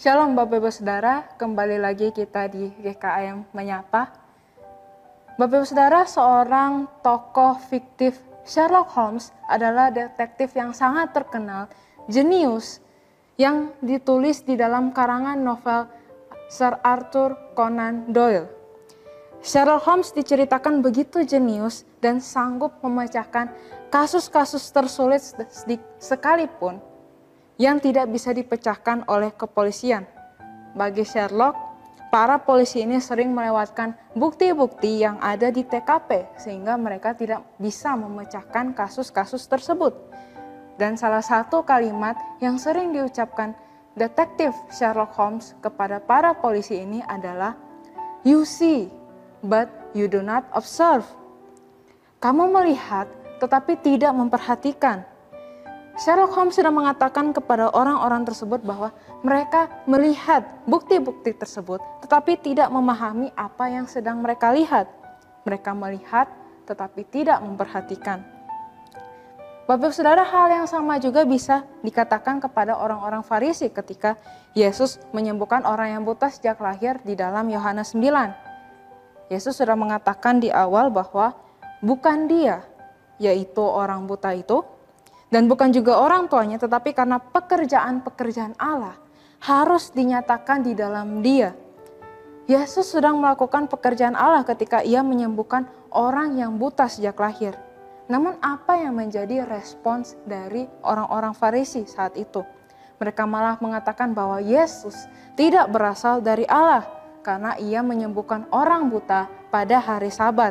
Shalom Bapak Ibu Saudara, kembali lagi kita di GKM Menyapa. Bapak Ibu Saudara, seorang tokoh fiktif Sherlock Holmes adalah detektif yang sangat terkenal, jenius, yang ditulis di dalam karangan novel Sir Arthur Conan Doyle. Sherlock Holmes diceritakan begitu jenius dan sanggup memecahkan kasus-kasus tersulit sekalipun yang tidak bisa dipecahkan oleh kepolisian. Bagi Sherlock, para polisi ini sering melewatkan bukti-bukti yang ada di TKP sehingga mereka tidak bisa memecahkan kasus-kasus tersebut. Dan salah satu kalimat yang sering diucapkan detektif Sherlock Holmes kepada para polisi ini adalah "You see, but you do not observe." Kamu melihat tetapi tidak memperhatikan. Sherlock Holmes sudah mengatakan kepada orang-orang tersebut bahwa mereka melihat bukti-bukti tersebut tetapi tidak memahami apa yang sedang mereka lihat. Mereka melihat tetapi tidak memperhatikan. Bapak Saudara, hal yang sama juga bisa dikatakan kepada orang-orang Farisi ketika Yesus menyembuhkan orang yang buta sejak lahir di dalam Yohanes 9. Yesus sudah mengatakan di awal bahwa bukan dia, yaitu orang buta itu, dan bukan juga orang tuanya, tetapi karena pekerjaan-pekerjaan Allah harus dinyatakan di dalam dia. Yesus sedang melakukan pekerjaan Allah ketika ia menyembuhkan orang yang buta sejak lahir. Namun apa yang menjadi respons dari orang-orang Farisi saat itu? Mereka malah mengatakan bahwa Yesus tidak berasal dari Allah karena ia menyembuhkan orang buta pada hari Sabat.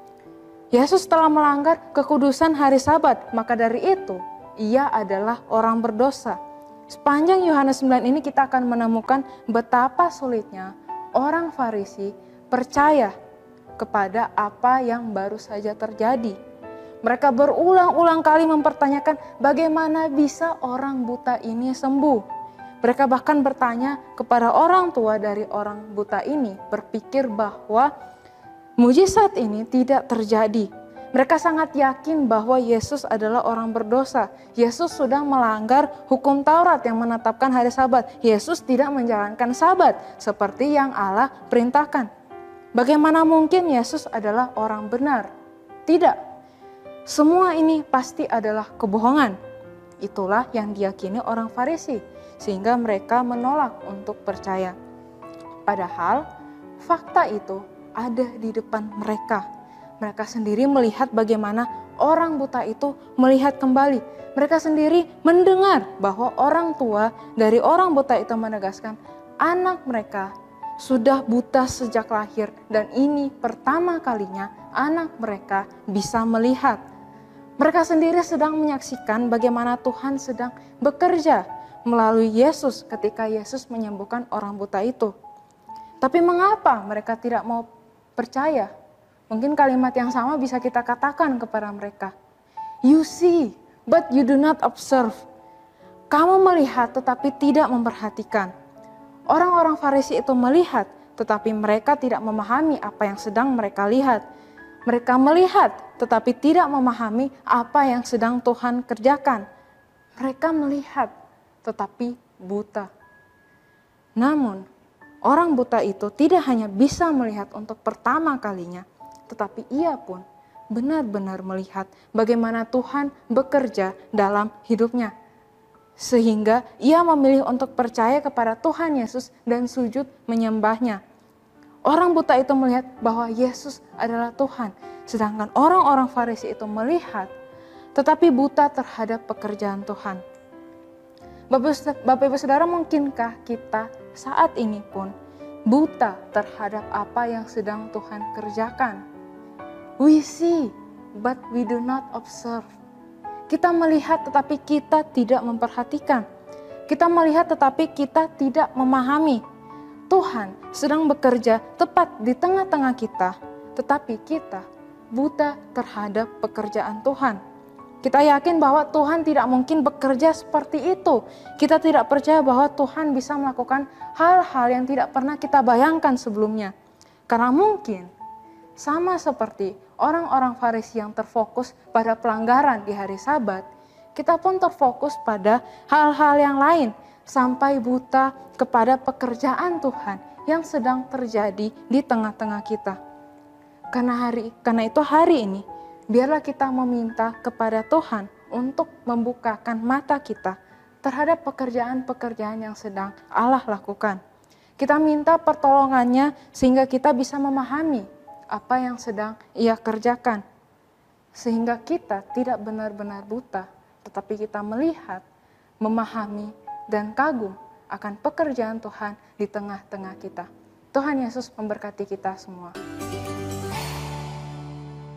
Yesus telah melanggar kekudusan hari Sabat, maka dari itu ia adalah orang berdosa. Sepanjang Yohanes 9 ini kita akan menemukan betapa sulitnya orang Farisi percaya kepada apa yang baru saja terjadi. Mereka berulang-ulang kali mempertanyakan bagaimana bisa orang buta ini sembuh. Mereka bahkan bertanya kepada orang tua dari orang buta ini, berpikir bahwa mujizat ini tidak terjadi. Mereka sangat yakin bahwa Yesus adalah orang berdosa. Yesus sudah melanggar hukum Taurat yang menetapkan hari Sabat. Yesus tidak menjalankan Sabat seperti yang Allah perintahkan. Bagaimana mungkin Yesus adalah orang benar? Tidak. Semua ini pasti adalah kebohongan. Itulah yang diyakini orang Farisi, sehingga mereka menolak untuk percaya. Padahal fakta itu ada di depan mereka. Mereka sendiri melihat bagaimana orang buta itu melihat kembali. Mereka sendiri mendengar bahwa orang tua dari orang buta itu menegaskan anak mereka sudah buta sejak lahir dan ini pertama kalinya anak mereka bisa melihat. Mereka sendiri sedang menyaksikan bagaimana Tuhan sedang bekerja melalui Yesus ketika Yesus menyembuhkan orang buta itu. Tapi mengapa mereka tidak mau percaya? Mungkin kalimat yang sama bisa kita katakan kepada mereka. You see, but you do not observe. Kamu melihat tetapi tidak memperhatikan. Orang-orang Farisi itu melihat tetapi mereka tidak memahami apa yang sedang mereka lihat. Mereka melihat tetapi tidak memahami apa yang sedang Tuhan kerjakan. Mereka melihat tetapi buta. Namun, orang buta itu tidak hanya bisa melihat untuk pertama kalinya, tetapi ia pun benar-benar melihat bagaimana Tuhan bekerja dalam hidupnya. Sehingga ia memilih untuk percaya kepada Tuhan Yesus dan sujud menyembahnya. Orang buta itu melihat bahwa Yesus adalah Tuhan. Sedangkan orang-orang Farisi itu melihat tetapi buta terhadap pekerjaan Tuhan. Bapak Ibu Saudara, mungkinkah kita saat ini pun buta terhadap apa yang sedang Tuhan kerjakan? We see, but we do not observe. Kita melihat tetapi kita tidak memperhatikan. Kita melihat tetapi kita tidak memahami. Tuhan sedang bekerja tepat di tengah-tengah kita, tetapi kita buta terhadap pekerjaan Tuhan. Kita yakin bahwa Tuhan tidak mungkin bekerja seperti itu. Kita tidak percaya bahwa Tuhan bisa melakukan hal-hal yang tidak pernah kita bayangkan sebelumnya. Karena mungkin sama seperti orang-orang Farisi yang terfokus pada pelanggaran di hari Sabat, kita pun terfokus pada hal-hal yang lain sampai buta kepada pekerjaan Tuhan yang sedang terjadi di tengah-tengah kita. Karena itu hari ini, biarlah kita meminta kepada Tuhan untuk membukakan mata kita terhadap pekerjaan-pekerjaan yang sedang Allah lakukan. Kita minta pertolongannya sehingga kita bisa memahami apa yang sedang Ia kerjakan. Sehingga kita tidak benar-benar buta, tetapi kita melihat, memahami, dan kagum akan pekerjaan Tuhan di tengah-tengah kita. Tuhan Yesus memberkati kita semua.